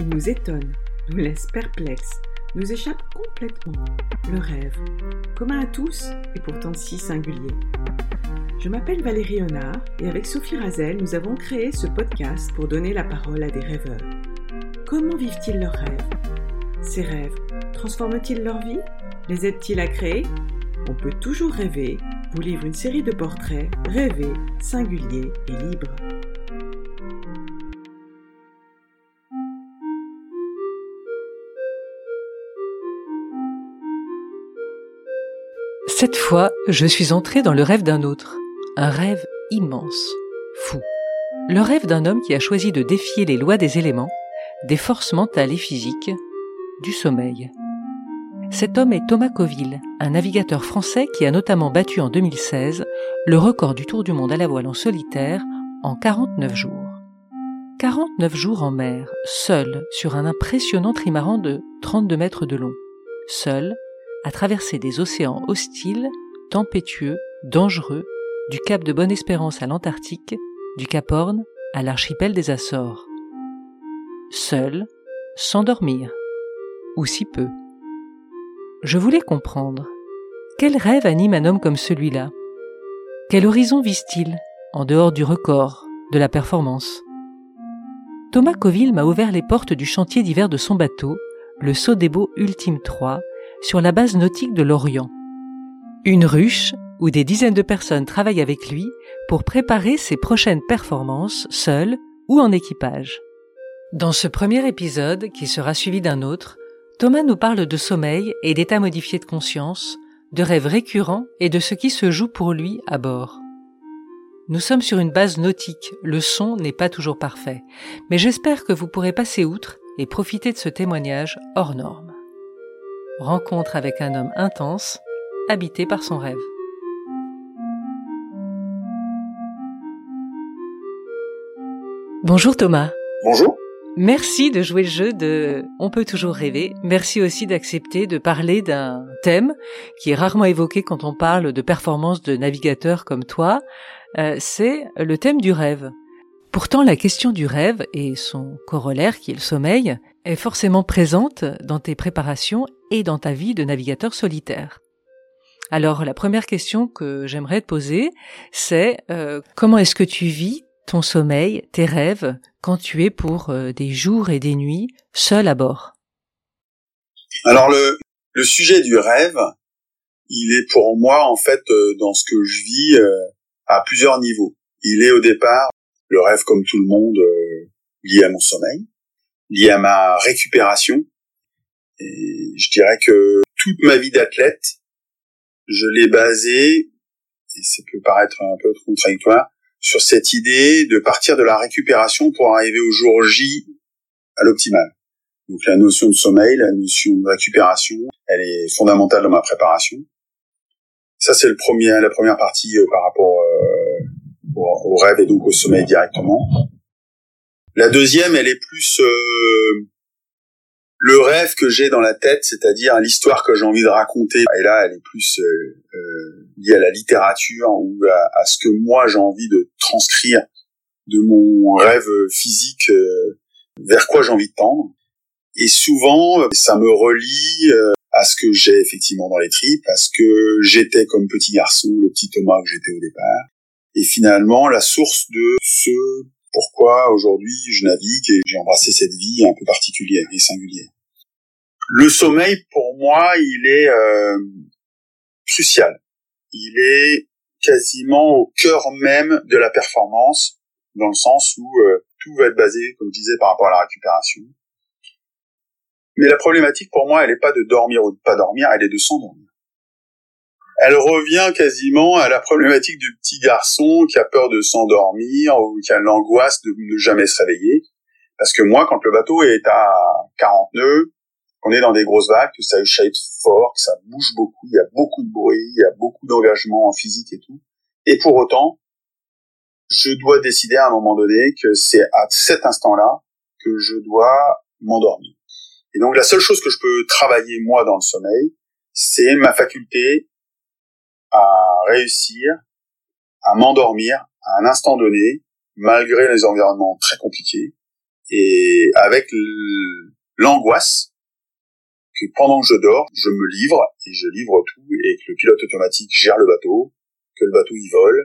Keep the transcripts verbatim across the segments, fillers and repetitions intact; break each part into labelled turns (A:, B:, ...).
A: il nous étonne, nous laisse perplexes, nous échappe complètement. Le rêve, commun à tous et pourtant si singulier. Je m'appelle Valérie Honard et avec Sophie Razel, nous avons créé ce podcast pour donner la parole à des rêveurs. Comment vivent-ils leurs rêves ? Ces rêves transforment-ils leur vie ? Les aident-ils à créer ? On peut toujours rêver, vous livre une série de portraits rêvés, singuliers et libres.
B: Cette fois, je suis entrée dans le rêve d'un autre. Un rêve immense, fou. Le rêve d'un homme qui a choisi de défier les lois des éléments, des forces mentales et physiques, du sommeil. Cet homme est Thomas Coville, un navigateur français qui a notamment battu en deux mille seize le record du tour du monde à la voile en solitaire en quarante-neuf jours. quarante-neuf jours en mer, seul sur un impressionnant trimaran de trente-deux mètres de long. Seul, à traverser des océans hostiles, tempétueux, dangereux, du cap de Bonne-Espérance à l'Antarctique, du Cap Horn à l'archipel des Açores. Seul, sans dormir, ou si peu. Je voulais comprendre. Quel rêve anime un homme comme celui-là ? Quel horizon vise-t-il, en dehors du record, de la performance ? Thomas Coville m'a ouvert les portes du chantier d'hiver de son bateau, le Sodebo Ultime trois, sur la base nautique de l'Orient. Une ruche où des dizaines de personnes travaillent avec lui pour préparer ses prochaines performances, seules ou en équipage. Dans ce premier épisode, qui sera suivi d'un autre, Thomas nous parle de sommeil et d'état modifié de conscience, de rêves récurrents et de ce qui se joue pour lui à bord. Nous sommes sur une base nautique, le son n'est pas toujours parfait, mais j'espère que vous pourrez passer outre et profiter de ce témoignage hors norme. Rencontre avec un homme intense, habité par son rêve. Bonjour Thomas.
C: Bonjour.
B: Merci de jouer le jeu de « On peut toujours rêver ». Merci aussi d'accepter de parler d'un thème qui est rarement évoqué quand on parle de performance de navigateurs comme toi. Euh, c'est le thème du rêve. Pourtant, la question du rêve et son corollaire, qui est le sommeil, est forcément présente dans tes préparations et dans ta vie de navigateur solitaire. Alors, la première question que j'aimerais te poser, c'est euh, comment est-ce que tu vis ton sommeil, tes rêves, quand tu es pour euh, des jours et des nuits seul à bord ?
C: Alors, le, le sujet du rêve, il est pour moi, en fait, euh, dans ce que je vis, euh, à plusieurs niveaux. Il est au départ le rêve, comme tout le monde, euh, lié à mon sommeil, lié à ma récupération. Et je dirais que toute ma vie d'athlète, je l'ai basée, et ça peut paraître un peu contradictoire, sur cette idée de partir de la récupération pour arriver au jour J à l'optimal. Donc la notion de sommeil, la notion de récupération, elle est fondamentale dans ma préparation. Ça, c'est le premier, la première partie euh, par rapport euh, au, au rêve et donc au sommeil directement. La deuxième, elle est plus euh, le rêve que j'ai dans la tête, c'est-à-dire l'histoire que j'ai envie de raconter. Et là, elle est plus euh, euh, liée à la littérature ou à, à ce que moi j'ai envie de transcrire de mon rêve physique, euh, vers quoi j'ai envie de tendre. Et souvent, ça me relie euh, à ce que j'ai effectivement dans les tripes, parce que j'étais comme petit garçon, le petit Thomas que j'étais au départ. Et finalement, la source de ce pourquoi aujourd'hui je navigue et j'ai embrassé cette vie un peu particulière et singulière. Le sommeil, pour moi, il est euh, crucial. Il est quasiment au cœur même de la performance, dans le sens où euh, tout va être basé, comme je disais, par rapport à la récupération. Mais la problématique, pour moi, elle n'est pas de dormir ou de pas dormir, elle est de s'endormir. Elle revient quasiment à la problématique du petit garçon qui a peur de s'endormir ou qui a l'angoisse de ne jamais se réveiller. Parce que moi, quand le bateau est à quarante nœuds, qu'on est dans des grosses vagues, que ça échappe fort, que ça bouge beaucoup, il y a beaucoup de bruit, il y a beaucoup d'engagement en physique et tout. Et pour autant, je dois décider à un moment donné que c'est à cet instant-là que je dois m'endormir. Et donc la seule chose que je peux travailler moi dans le sommeil, c'est ma faculté à réussir à m'endormir à un instant donné, malgré les environnements très compliqués, et avec l'angoisse que pendant que je dors, je me livre, et je livre tout, et que le pilote automatique gère le bateau, que le bateau il vole,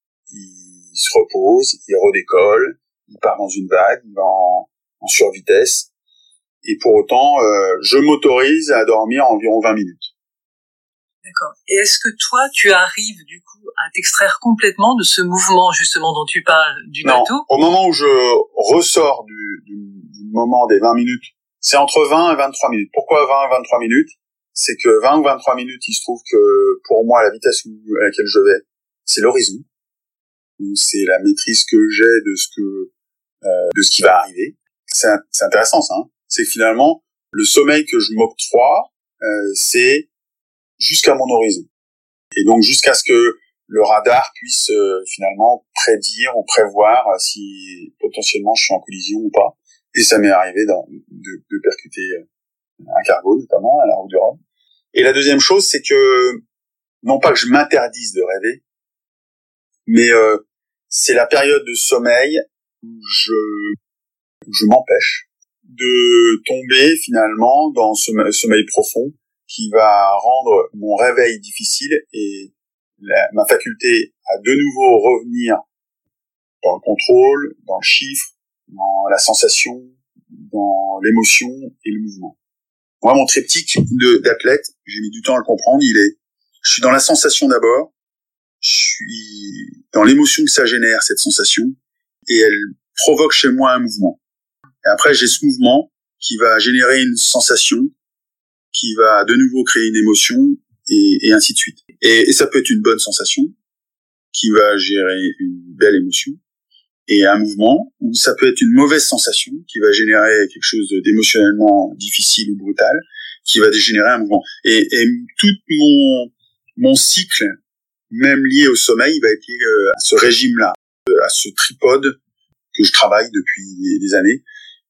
C: il se repose, il redécolle, il part dans une vague, il va en, en survitesse, et pour autant, euh, je m'autorise à dormir environ vingt minutes.
B: D'accord. Et est-ce que toi, tu arrives du coup à t'extraire complètement de ce mouvement justement dont tu parles du
C: non,
B: bateau?
C: Au moment où je ressors du, du, du moment des vingt minutes, c'est entre vingt et vingt-trois minutes. Pourquoi vingt et vingt-trois minutes? C'est que vingt ou vingt-trois minutes, il se trouve que pour moi, la vitesse à laquelle je vais, c'est l'horizon. C'est la maîtrise que j'ai de ce que euh, de ce qui va arriver. C'est, c'est intéressant ça. Hein. C'est que finalement, le sommeil que je m'octroie, euh, c'est jusqu'à mon horizon. Et donc jusqu'à ce que le radar puisse euh, finalement prédire ou prévoir euh, si potentiellement je suis en collision ou pas. Et ça m'est arrivé de, de, de percuter un cargo notamment à la route du Rhum. Et la deuxième chose, c'est que non pas que je m'interdise de rêver, mais euh, c'est la période de sommeil où je, où je m'empêche de tomber finalement dans ce sommeil profond qui va rendre mon réveil difficile et la, ma faculté à de nouveau revenir dans le contrôle, dans le chiffre, dans la sensation, dans l'émotion et le mouvement. Moi, mon triptyque de, d'athlète, j'ai mis du temps à le comprendre, il est, je suis dans la sensation d'abord, je suis dans l'émotion que ça génère, cette sensation, et elle provoque chez moi un mouvement. Et après, j'ai ce mouvement qui va générer une sensation, qui va de nouveau créer une émotion, et, et ainsi de suite. Et, et ça peut être une bonne sensation, qui va générer une belle émotion, et un mouvement, ou ça peut être une mauvaise sensation, qui va générer quelque chose d'émotionnellement difficile ou brutal, qui va dégénérer un mouvement. Et, et tout mon, mon cycle, même lié au sommeil, va être lié à ce régime-là, à ce tripode que je travaille depuis des années,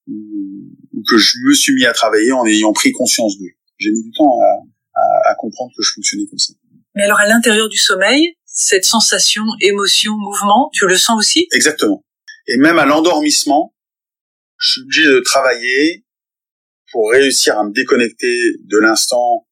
C: ou que je me suis mis à travailler en ayant pris conscience d'eux. J'ai mis du temps à, à, à comprendre que je fonctionnais comme ça.
B: Mais alors, à l'intérieur du sommeil, cette sensation, émotion, mouvement, tu le sens aussi?
C: Exactement. Et même à l'endormissement, je suis obligé de travailler pour réussir à me déconnecter de l'instant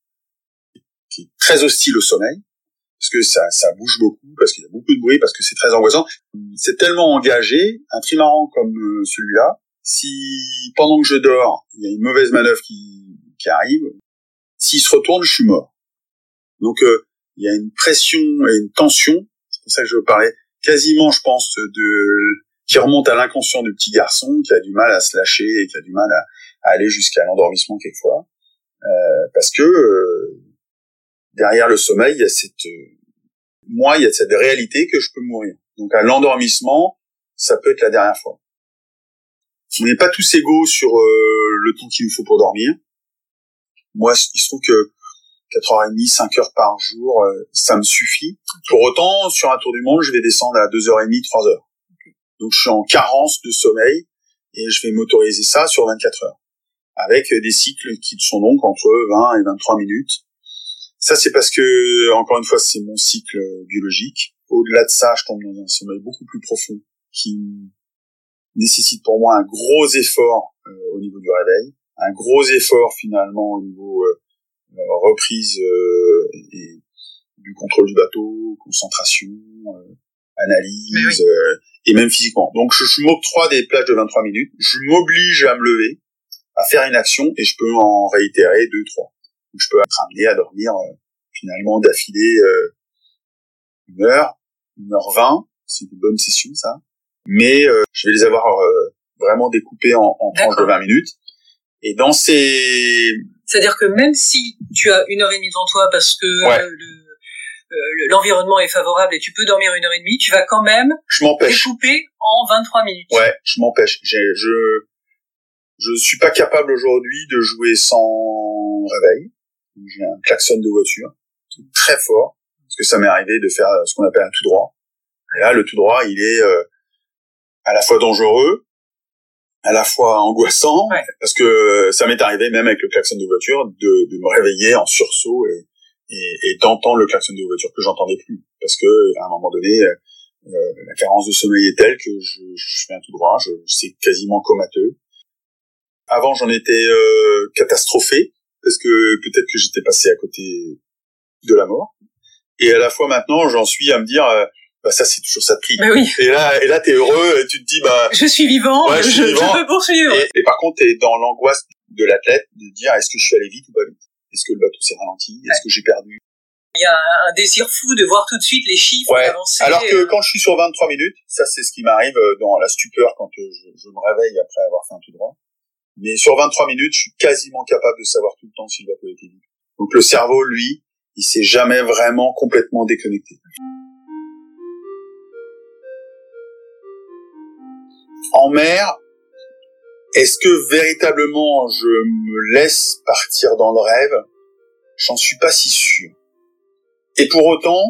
C: qui est très hostile au sommeil, parce que ça, ça bouge beaucoup, parce qu'il y a beaucoup de bruit, parce que c'est très angoissant. C'est tellement engagé, un trimaran comme celui-là, si pendant que je dors, il y a une mauvaise manœuvre qui, qui arrive, s'il se retourne, je suis mort. Donc, euh, il y a une pression et une tension, c'est pour ça que je veux parler quasiment, je pense, de qui remonte à l'inconscient du petit garçon qui a du mal à se lâcher et qui a du mal à, à aller jusqu'à l'endormissement quelquefois, euh, parce que euh, derrière le sommeil, il y a cette, euh, moi, il y a cette réalité que je peux mourir. Donc à l'endormissement, ça peut être la dernière fois. On n'est pas tous égaux sur euh, le temps qu'il nous faut pour dormir. Moi, il se trouve que quatre heures trente, cinq heures par jour, euh, ça me suffit. Pour autant, sur un tour du monde, je vais descendre à deux heures trente, trois heures. Donc je suis en carence de sommeil et je vais m'autoriser ça sur vingt-quatre heures. Avec des cycles qui sont donc entre vingt et vingt-trois minutes. Ça, c'est parce que, encore une fois, c'est mon cycle biologique. Au-delà de ça, je tombe dans un sommeil beaucoup plus profond qui nécessite pour moi un gros effort euh, au niveau du réveil, un gros effort finalement au niveau euh, reprise euh, et du contrôle du bateau, concentration, euh, analyse, oui. euh, et même physiquement. Donc je, je m'octroie des plages de vingt-trois minutes, je m'oblige à me lever, à faire une action, et je peux en réitérer deux, trois. Donc, je peux être amené à dormir euh, finalement d'affilée euh, une heure, une heure vingt, c'est une bonne session ça, mais euh, je vais les avoir euh, vraiment découpés en, en tranches de vingt minutes. Et dans ces...
B: C'est-à-dire que même si tu as une heure et demie devant toi parce que
C: ouais.
B: euh, le, euh, l'environnement est favorable et tu peux dormir une heure et demie, tu vas quand même
C: je m'empêche.
B: découper en vingt-trois minutes.
C: Ouais, je m'empêche. J'ai, je je suis pas capable aujourd'hui de jouer sans réveil. J'ai un klaxon de voiture très fort parce que ça m'est arrivé de faire ce qu'on appelle un tout droit. Et là, le tout droit, il est euh, à la fois dangereux, à la fois angoissant,
B: ouais.
C: parce que ça m'est arrivé même avec le klaxon de voiture de, de me réveiller en sursaut et, et, et d'entendre le klaxon de voiture que j'entendais plus, parce que à un moment donné, Euh, la carence de sommeil est telle que je, je fais un tout droit, je, c'est quasiment comateux. Avant, j'en étais euh, catastrophé, parce que peut-être que j'étais passé à côté de la mort. Et à la fois maintenant, j'en suis à me dire, euh, bah ça c'est toujours ça de prix.
B: Bah oui.
C: Et là, et là t'es heureux, et tu te dis, bah
B: je suis vivant,
C: ouais, je,
B: je,
C: vivant.
B: je peux poursuivre.
C: Et, et par contre, t'es dans l'angoisse de l'athlète de dire, est-ce que je suis allé vite ou pas vite? Est-ce que le bateau s'est ralenti? Est-ce ouais. que j'ai perdu?
B: Il y a un, un désir fou de voir tout de suite les chiffres
C: ouais.
B: avancer.
C: Alors que quand je suis sur vingt-trois minutes, ça c'est ce qui m'arrive dans la stupeur quand je, je me réveille après avoir fait un tout droit. Mais sur vingt-trois minutes, je suis quasiment capable de savoir tout le temps si le bateau était vide. Donc le cerveau, lui, il s'est jamais vraiment complètement déconnecté. En mer, est-ce que véritablement je me laisse partir dans le rêve? J'en suis pas si sûr. Et pour autant,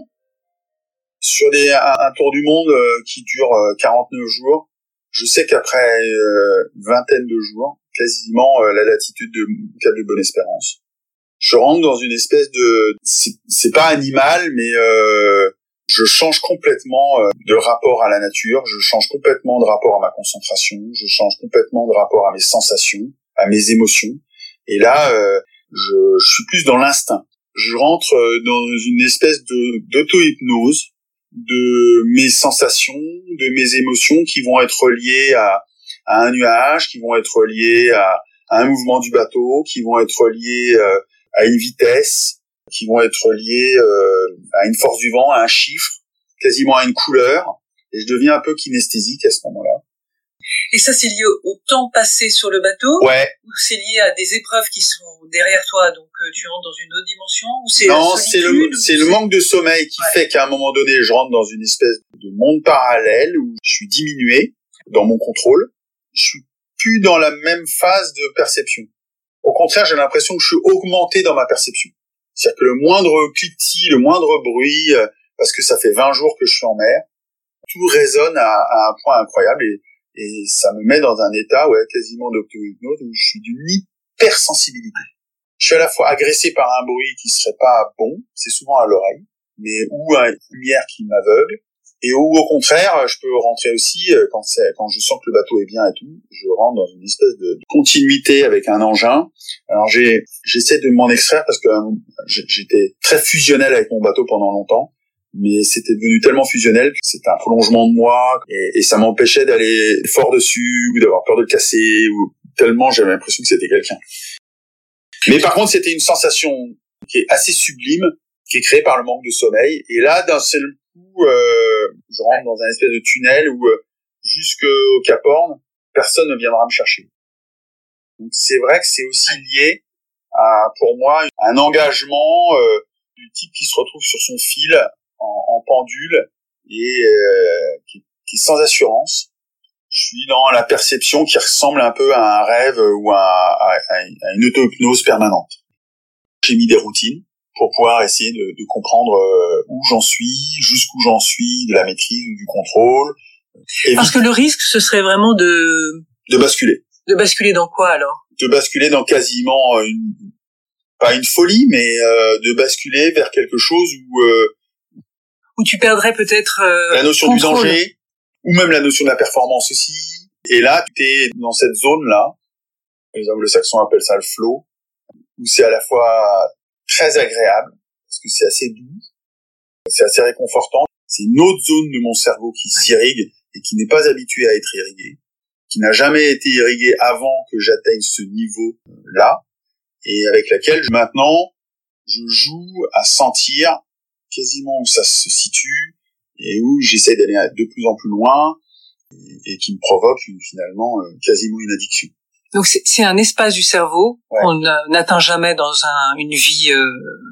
C: sur des, un, un tour du monde euh, qui dure euh, quarante-neuf jours, je sais qu'après euh, vingtaine de jours, quasiment euh, la latitude de Cap de Bonne-Espérance, je rentre dans une espèce de, c'est, c'est pas animal, mais euh, je change complètement euh, de rapport à la nature, je change complètement de rapport à ma concentration, je change complètement de rapport à mes sensations, à mes émotions. Et là, euh, je, je suis plus dans l'instinct. Je rentre euh, dans une espèce de d'auto-hypnose de mes sensations, de mes émotions qui vont être liées à, à un nuage, qui vont être liées à, à un mouvement du bateau, qui vont être liées euh, à une vitesse, qui vont être liées euh, à une force du vent, à un chiffre, quasiment à une couleur, et je deviens un peu kinesthésique à ce moment-là.
B: Et ça, c'est lié au temps passé sur le bateau?
C: Ouais.
B: Ou c'est lié à des épreuves qui sont derrière toi, donc euh, tu rentres dans une autre dimension? Ou c'est
C: non, c'est le, c'est le manque de sommeil qui ouais. fait qu'à un moment donné, je rentre dans une espèce de monde parallèle où je suis diminué dans mon contrôle. Je suis plus dans la même phase de perception. Au contraire, j'ai l'impression que je suis augmenté dans ma perception. C'est-à-dire que le moindre cliquetis, le moindre bruit, parce que ça fait vingt jours que je suis en mer, tout résonne à, à un point incroyable et, et ça me met dans un état ouais, quasiment d'auto-hypnose où je suis d'une hypersensibilité. Je suis à la fois agressé par un bruit qui serait pas bon, c'est souvent à l'oreille, mais ou une lumière qui m'aveugle, et ou au contraire, je peux rentrer aussi quand c'est quand je sens que le bateau est bien et tout, je rentre dans une espèce de continuité avec un engin. Alors j'ai j'essaie de m'en extraire parce que j'étais très fusionnel avec mon bateau pendant longtemps, mais c'était devenu tellement fusionnel que c'était un prolongement de moi et, et ça m'empêchait d'aller fort dessus ou d'avoir peur de le casser ou tellement j'avais l'impression que c'était quelqu'un. Mais par contre, c'était une sensation qui est assez sublime, qui est créée par le manque de sommeil. Et là, d'un seul coup, euh, je rentre dans un espèce de tunnel où, euh, jusqu'au Cap Horn, personne ne viendra me chercher. Donc, c'est vrai que c'est aussi lié à, pour moi, un engagement euh, du type qui se retrouve sur son fil en, en pendule et euh, qui, qui est sans assurance. Je suis dans la perception qui ressemble un peu à un rêve ou à, à, à une auto-hypnose permanente. J'ai mis des routines pour pouvoir essayer de, de comprendre où j'en suis, jusqu'où j'en suis, de la maîtrise ou du contrôle. Et
B: Parce que le risque, ce serait vraiment de...
C: De basculer.
B: De basculer dans quoi, alors?
C: De basculer dans quasiment une... pas une folie, mais euh, de basculer vers quelque chose où... Euh,
B: où tu perdrais peut-être... Euh,
C: la notion
B: contrôle.
C: du danger, ou même la notion de la performance aussi. Et là, tu es dans cette zone-là, les anglo-saxons appellent ça le flow, où c'est à la fois très agréable, parce que c'est assez doux, c'est assez réconfortant. C'est une autre zone de mon cerveau qui s'irrigue et qui n'est pas habituée à être irriguée, qui n'a jamais été irriguée avant que j'atteigne ce niveau-là, et avec laquelle, maintenant, je joue à sentir quasiment où ça se situe, et où j'essaie d'aller de plus en plus loin, et, et qui me provoque une, finalement euh, quasiment une addiction.
B: Donc c'est, c'est un espace du cerveau
C: ouais.
B: qu'on n'atteint jamais dans un, une vie euh,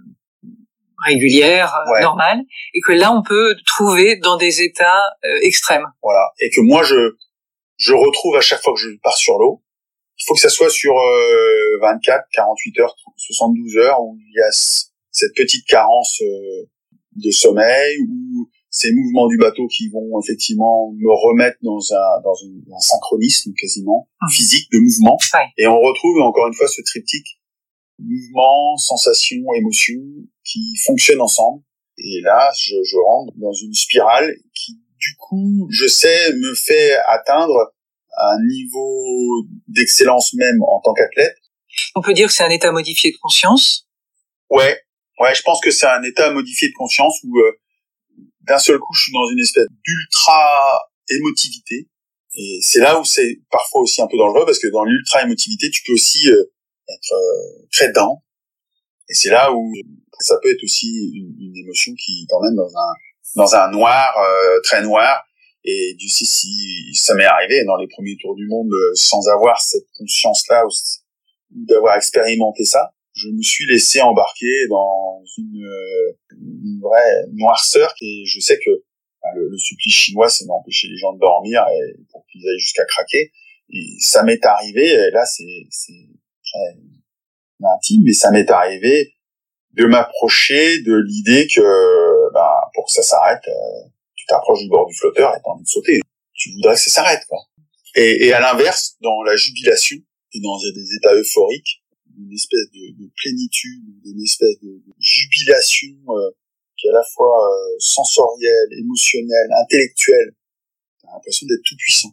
B: régulière,
C: ouais.
B: normale, et que là on peut trouver dans des états euh, extrêmes.
C: Voilà, et que moi je je retrouve à chaque fois que je pars sur l'eau. Il faut que ça soit sur euh, vingt-quatre, quarante-huit heures, soixante-douze heures, où il y a c- cette petite carence euh, de sommeil, ou ces mouvements du bateau qui vont effectivement me remettre dans un dans une, un synchronisme quasiment mmh. physique de mouvement.
B: Ouais.
C: Et on retrouve encore une fois ce triptyque mouvement, sensation, émotion qui fonctionne ensemble. Et là, je, je rentre dans une spirale qui du coup, je sais, me fait atteindre un niveau d'excellence même en tant qu'athlète.
B: On peut dire que c'est un état modifié de conscience.
C: Ouais, ouais, je pense que c'est un état modifié de conscience où euh, d'un seul coup, je suis dans une espèce d'ultra émotivité. Et c'est là où c'est parfois aussi un peu dangereux, parce que dans l'ultra émotivité, tu peux aussi euh, être euh, très down. Et c'est là où ça peut être aussi une, une émotion qui t'emmène dans un dans un noir euh, très noir. Et du coup, si ça m'est arrivé dans les premiers tours du monde euh, sans avoir cette conscience-là ou, ou d'avoir expérimenté ça, je me suis laissé embarquer dans une, euh, une vraie noirceur. Et je sais que ben, le, le supplice chinois, c'est d'empêcher les gens de dormir et pour qu'ils aillent jusqu'à craquer. Et ça m'est arrivé. Et là, c'est c'est très intime, mais ça m'est arrivé de m'approcher de l'idée que ben, pour que ça s'arrête, euh, tu t'approches du bord du flotteur et t'as envie de sauter. Tu voudrais que ça s'arrête, quoi. Et, et à l'inverse, dans la jubilation et dans des états euphoriques, une espèce de, de plénitude, une espèce de, de jubilation euh, qui est à la fois euh, sensorielle, émotionnelle, intellectuelle. T'as l'impression d'être tout puissant.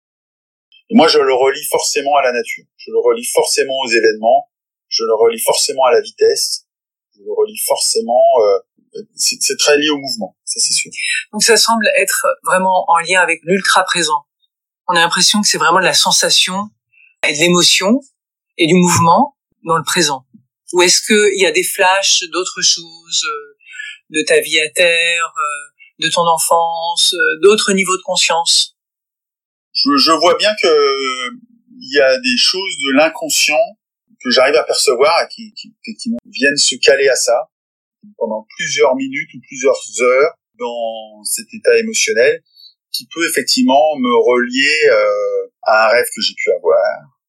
C: Et moi, je le relie forcément à la nature. Je le relie forcément aux événements. Je le relie forcément à la vitesse. Je le relie forcément... Euh, c'est, c'est très lié au mouvement, ça c'est sûr.
B: Donc ça semble être vraiment en lien avec l'ultra présent. On a l'impression que c'est vraiment de la sensation et de l'émotion et du mouvement dans le présent. Ou est-ce qu'il y a des flashs d'autres choses, de ta vie à terre, de ton enfance, d'autres niveaux de conscience?
C: Je, je vois bien que il y a des choses de l'inconscient que j'arrive à percevoir et qui, qui effectivement viennent se caler à ça pendant plusieurs minutes ou plusieurs heures dans cet état émotionnel qui peut effectivement me relier euh, à un rêve que j'ai pu avoir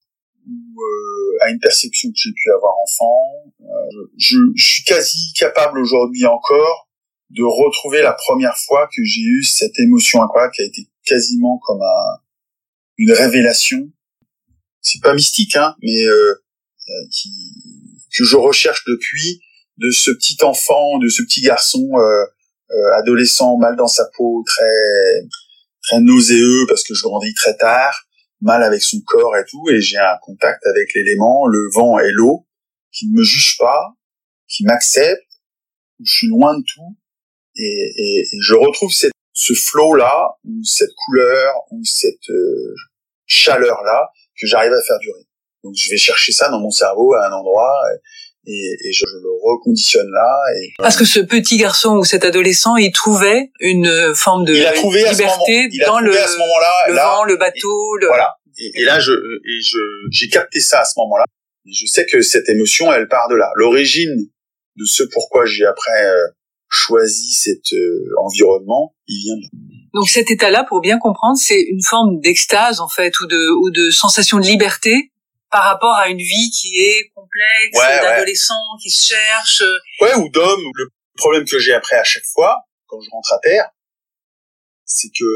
C: ou euh, à une perception que j'ai pu avoir enfant. Euh, je, je suis quasi capable aujourd'hui encore de retrouver la première fois que j'ai eu cette émotion incroyable qui a été quasiment comme un, une révélation. C'est pas mystique, hein, mais euh, qui, que je recherche depuis, de ce petit enfant, de ce petit garçon euh, euh, adolescent, mal dans sa peau, très très nauséeux parce que je grandis très tard, mal avec son corps et tout, et j'ai un contact avec l'élément, le vent et l'eau, qui ne me jugent pas, qui m'acceptent, où je suis loin de tout, et, et, et je retrouve cette, ce flow-là, ou cette couleur, ou cette euh, chaleur-là, que j'arrive à faire durer. Donc je vais chercher ça dans mon cerveau à un endroit, et, Et, et je, je le reconditionne là. Et...
B: Parce que ce petit garçon ou cet adolescent, il trouvait une forme de liberté dans le, le là, vent, le bateau.
C: Et,
B: le...
C: Voilà. Et, et là, je, et je, j'ai capté ça à ce moment-là. Et je sais que cette émotion, elle part de là. L'origine de ce pourquoi j'ai après euh, choisi cet euh, environnement, il vient de là.
B: Donc cet état-là, pour bien comprendre, c'est une forme d'extase en fait, ou de, ou de sensation de liberté par rapport à une vie qui est complexe, ouais, d'adolescents ouais. qui se cherchent.
C: Ouais, ou d'hommes. Le problème que j'ai après à chaque fois, quand je rentre à terre, c'est que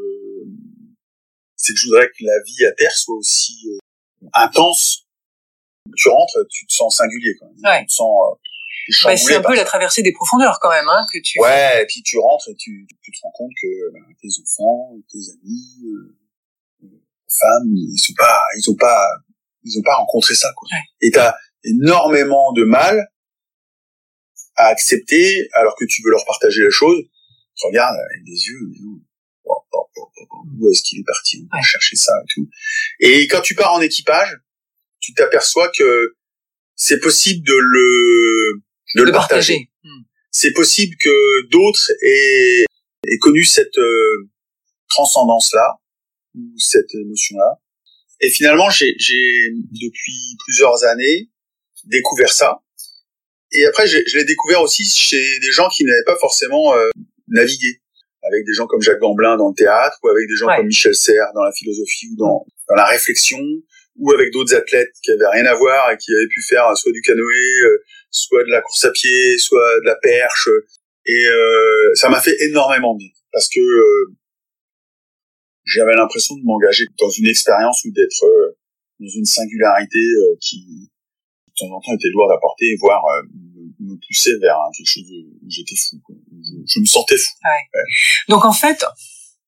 C: c'est que je voudrais que la vie à terre soit aussi euh, intense. Tu rentres, tu te sens singulier quand même.
B: Ouais.
C: Tu te sens euh, chamboulé.
B: Bah, c'est un peu la traversée des profondeurs quand même, hein, que tu.
C: Ouais,
B: fais.
C: Et puis tu rentres et tu, tu te rends compte que bah, tes enfants, tes amis, euh, femmes, ils sont pas, ils ont pas. Ils ont pas rencontré ça, quoi.
B: Ouais.
C: Et t'as énormément de mal à accepter, alors que tu veux leur partager la chose. Tu regardes avec des yeux, où est-ce qu'il est parti? On va ouais. chercher ça et tout. Et quand tu pars en équipage, tu t'aperçois que c'est possible de le, de, de le partager. partager. Hmm. C'est possible que d'autres aient, aient connu cette euh, transcendance-là, ou cette émotion-là. Et finalement, j'ai, j'ai depuis plusieurs années découvert ça. Et après, j'ai, je l'ai découvert aussi chez des gens qui n'avaient pas forcément euh, navigué, avec des gens comme Jacques Gamblin dans le théâtre, ou avec des gens ouais. comme Michel Serres dans la philosophie ou dans, dans la réflexion, ou avec d'autres athlètes qui avaient rien à voir et qui avaient pu faire soit du canoë, euh, soit de la course à pied, soit de la perche. Et euh, ça m'a fait énormément bien, parce que euh, j'avais l'impression de m'engager dans une expérience ou d'être euh, dans une singularité euh, qui, de temps en temps, était lourde à porter, voire euh, me, me poussait vers hein, quelque chose où j'étais fou. Quoi. Je, je me sentais fou.
B: Ouais. Ouais. Donc en fait,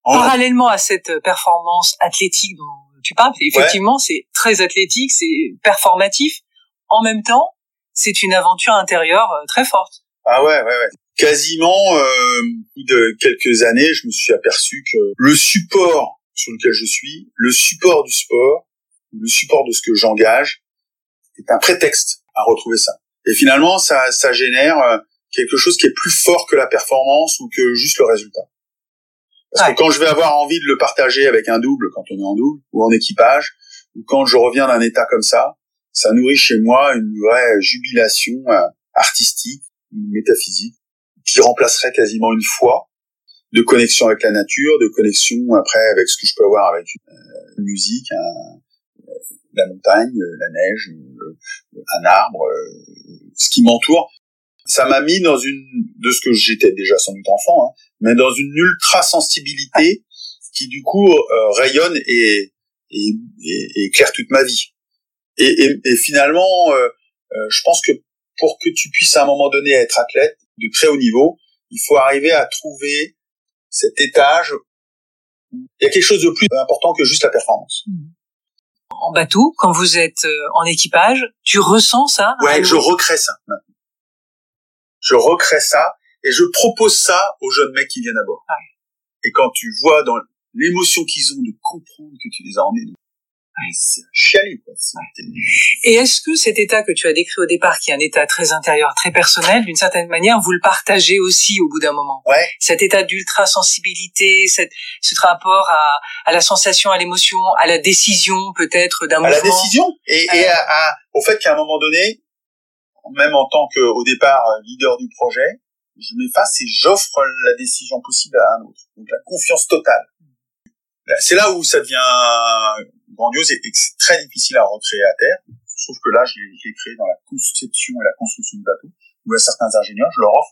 B: parallèlement à cette performance athlétique dont tu parles, effectivement, ouais. c'est très athlétique, c'est performatif. En même temps, c'est une aventure intérieure très forte.
C: Ah ouais, ouais, ouais. Quasiment, euh, de quelques années, je me suis aperçu que le support sur lequel je suis, le support du sport, le support de ce que j'engage, est un prétexte à retrouver ça. Et finalement, ça, ça génère quelque chose qui est plus fort que la performance ou que juste le résultat. Parce ouais. que quand je vais avoir envie de le partager avec un double, quand on est en double, ou en équipage, ou quand je reviens d'un état comme ça, ça nourrit chez moi une vraie jubilation euh, artistique, métaphysique, qui remplacerait quasiment une foi de connexion avec la nature, de connexion après avec ce que je peux avoir avec une euh, musique, un, euh, la montagne, euh, la neige, euh, un arbre, euh, ce qui m'entoure. Ça m'a mis dans une, de ce que j'étais déjà sans doute enfant, hein, mais dans une ultra sensibilité qui du coup euh, rayonne et, et, et, et éclaire toute ma vie. Et, et, et finalement, euh, euh, je pense que pour que tu puisses à un moment donné être athlète de très haut niveau, il faut arriver à trouver cet étage où il y a quelque chose de plus important que juste la performance.
B: En bateau, quand vous êtes en équipage, tu ressens ça?
C: Ouais, je recrée ça maintenant. Je recrée ça et je propose ça aux jeunes mecs qui viennent à bord. Ouais. Et quand tu vois dans l'émotion qu'ils ont de comprendre que tu les as emmenés, ouais. c'est un chialet, quoi. Ouais.
B: Et est-ce que cet état que tu as décrit au départ, qui est un état très intérieur, très personnel, d'une certaine manière, vous le partagez aussi au bout d'un moment?
C: Ouais.
B: Cet état d'ultra-sensibilité, cette, ce rapport à, à la sensation, à l'émotion, à la décision peut-être d'un mouvement.
C: À la décision et, et à, à, au fait qu'à un moment donné, même en tant que, au départ, leader du projet, je m'efface et j'offre la décision possible à un autre. Donc la confiance totale. C'est là où ça devient grandiose et, et c'est très difficile à recréer à terre. Sauf que là, je l'ai, je l'ai créé dans la conception et la construction du bateau, où à certains ingénieurs, je leur offre,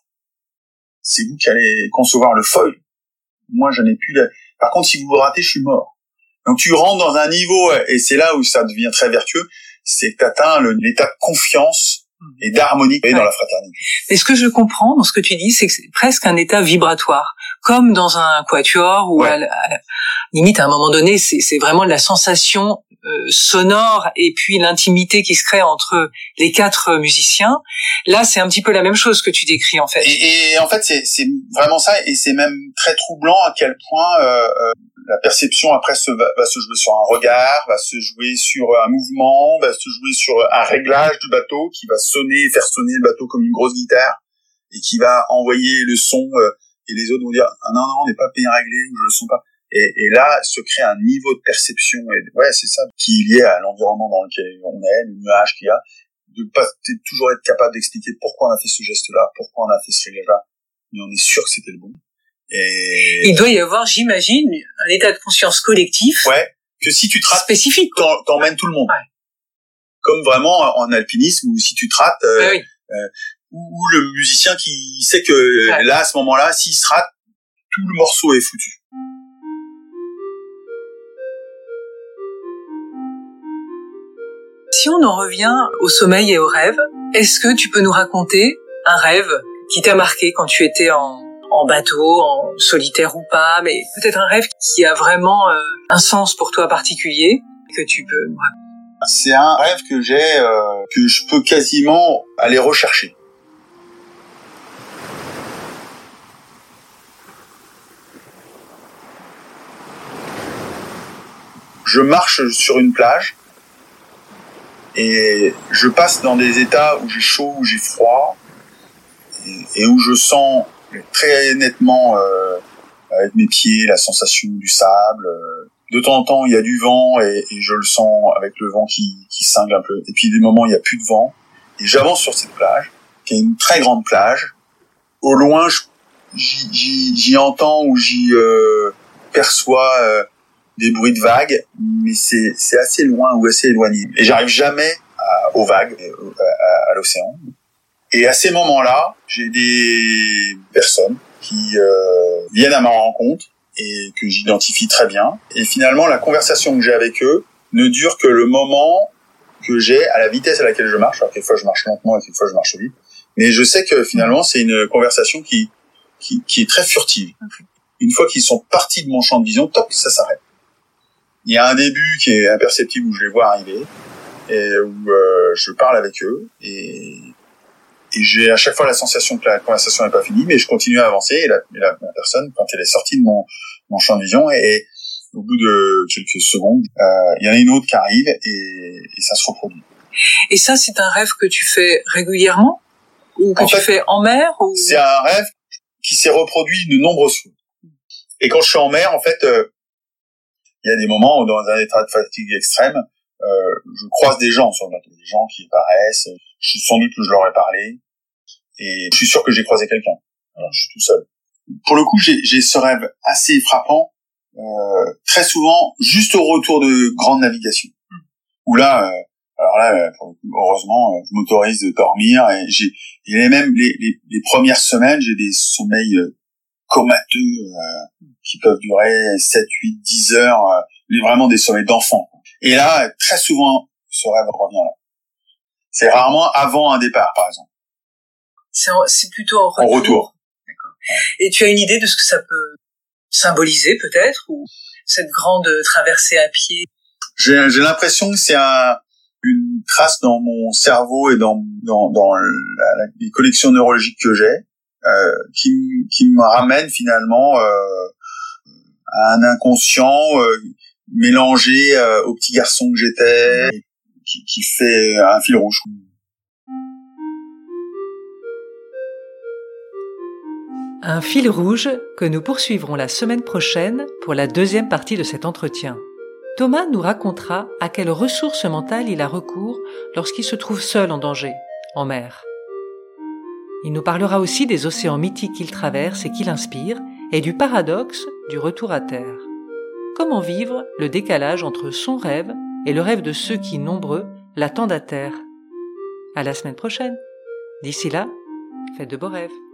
C: c'est vous qui allez concevoir le foil. Moi, je n'ai plus la... Par contre, si vous vous ratez, je suis mort. Donc tu rentres dans un niveau, et c'est là où ça devient très vertueux, c'est que tu atteins le, l'état de confiance et d'harmonie ouais. dans la fraternité.
B: Mais ce que je comprends dans ce que tu dis, c'est que c'est presque un état vibratoire, comme dans un quatuor ou ouais. à, la, à la limite à un moment donné, c'est, c'est vraiment la sensation euh, sonore et puis l'intimité qui se crée entre les quatre musiciens. Là, c'est un petit peu la même chose que tu décris en fait.
C: Et, et en fait, c'est, c'est vraiment ça, et c'est même très troublant à quel point euh, euh, la perception après se, va, va se jouer sur un regard, va se jouer sur un mouvement, va se jouer sur un réglage du bateau qui va sonner, faire sonner le bateau comme une grosse guitare et qui va envoyer le son euh, et les autres vont dire ah non non on n'est pas bien réglé ou je le sens pas. Et, et là se crée un niveau de perception et ouais c'est ça qui est lié à l'environnement dans lequel on est, le nuage qu'il y a, de pas toujours être capable d'expliquer pourquoi on a fait ce geste-là, pourquoi on a fait ce réglage-là, mais on est sûr que c'était le bon. Et...
B: Il doit y avoir, j'imagine, un état de conscience collectif.
C: Ouais. Que si tu te rates,
B: spécifique,
C: t'en, t'emmènes tout le monde. Ouais. Comme vraiment en alpinisme, où si tu te rates, euh, oui. euh, ou, ou le musicien qui sait que ouais. là, à ce moment-là, s'il se rate, tout le morceau est foutu.
B: Si on en revient au sommeil et au rêve, est-ce que tu peux nous raconter un rêve qui t'a marqué quand tu étais en en bateau, en solitaire ou pas, mais peut-être un rêve qui a vraiment euh, un sens pour toi particulier, que tu peux nous raconter?
C: C'est un rêve que j'ai, euh, que je peux quasiment aller rechercher. Je marche sur une plage et je passe dans des états où j'ai chaud, où j'ai froid et, et où je sens très nettement euh, avec mes pieds la sensation du sable. De temps en temps il y a du vent et, et je le sens avec le vent qui, qui cingle un peu, et puis des moments il n'y a plus de vent et j'avance sur cette plage qui est une très grande plage. Au loin je, j'y, j'y, j'y entends ou j'y euh, perçois euh, des bruits de vagues, mais c'est, c'est assez loin ou assez éloigné et j'arrive jamais à, aux vagues, à, à, à l'océan. Et à ces moments-là, j'ai des personnes qui euh, viennent à ma rencontre et que j'identifie très bien. Et finalement, la conversation que j'ai avec eux ne dure que le moment que j'ai à la vitesse à laquelle je marche. Alors, quelquefois, je marche lentement et quelquefois, je marche vite. Mais je sais que finalement, c'est une conversation qui, qui, qui est très furtive. Okay. une fois qu'ils sont partis de mon champ de vision, top, ça s'arrête. Il y a un début qui est imperceptible où je les vois arriver et où euh, je parle avec eux et, et j'ai à chaque fois la sensation que la conversation n'est pas finie, mais je continue à avancer et la, et la, la personne, quand elle est sortie de mon, mon champ de vision, et, et au bout de quelques secondes, euh, il y en a une autre qui arrive et, et ça se reproduit.
B: Et ça, c'est un rêve que tu fais régulièrement ou que
C: en
B: tu
C: fait,
B: fais en mer ou...
C: C'est un rêve qui s'est reproduit de nombreuses fois. Et quand je suis en mer, en fait, euh, il y a des moments où dans un état de fatigue extrême, euh, je croise des gens sur le bateau, des gens qui apparaissent. Je, sans doute que je leur ai parlé et je suis sûr que j'ai croisé quelqu'un. Alors, je suis tout seul. Pour le coup, j'ai, j'ai ce rêve assez frappant, euh, très souvent juste au retour de grande navigation. Mmh. Où là, euh, alors là, heureusement, je m'autorise de dormir et j'ai, il y a même les, les, les premières semaines, j'ai des sommeils comateux euh, qui peuvent durer sept, huit, dix heures, euh, mais vraiment des sommeils d'enfant. Et là, très souvent, ce rêve revient là. C'est rarement avant un départ, par exemple.
B: C'est, en, c'est plutôt en retour.
C: En retour.
B: D'accord. Et tu as une idée de ce que ça peut symboliser, peut-être, ou cette grande traversée à pied?
C: J'ai, j'ai l'impression que c'est un, une trace dans mon cerveau et dans, dans, dans la, la, les connexions neurologiques que j'ai, euh, qui, qui me ramène finalement euh, à un inconscient euh, mélangé euh, au petit garçon que j'étais, qui, qui fait un fil rouge.
B: Un fil rouge que nous poursuivrons la semaine prochaine pour la deuxième partie de cet entretien. Thomas nous racontera à quelles ressources mentales il a recours lorsqu'il se trouve seul en danger, en mer. Il nous parlera aussi des océans mythiques qu'il traverse et qu'il inspire, et du paradoxe du retour à terre. Comment vivre le décalage entre son rêve et le rêve de ceux qui, nombreux, l'attendent à terre. À la semaine prochaine. D'ici là, faites de beaux rêves.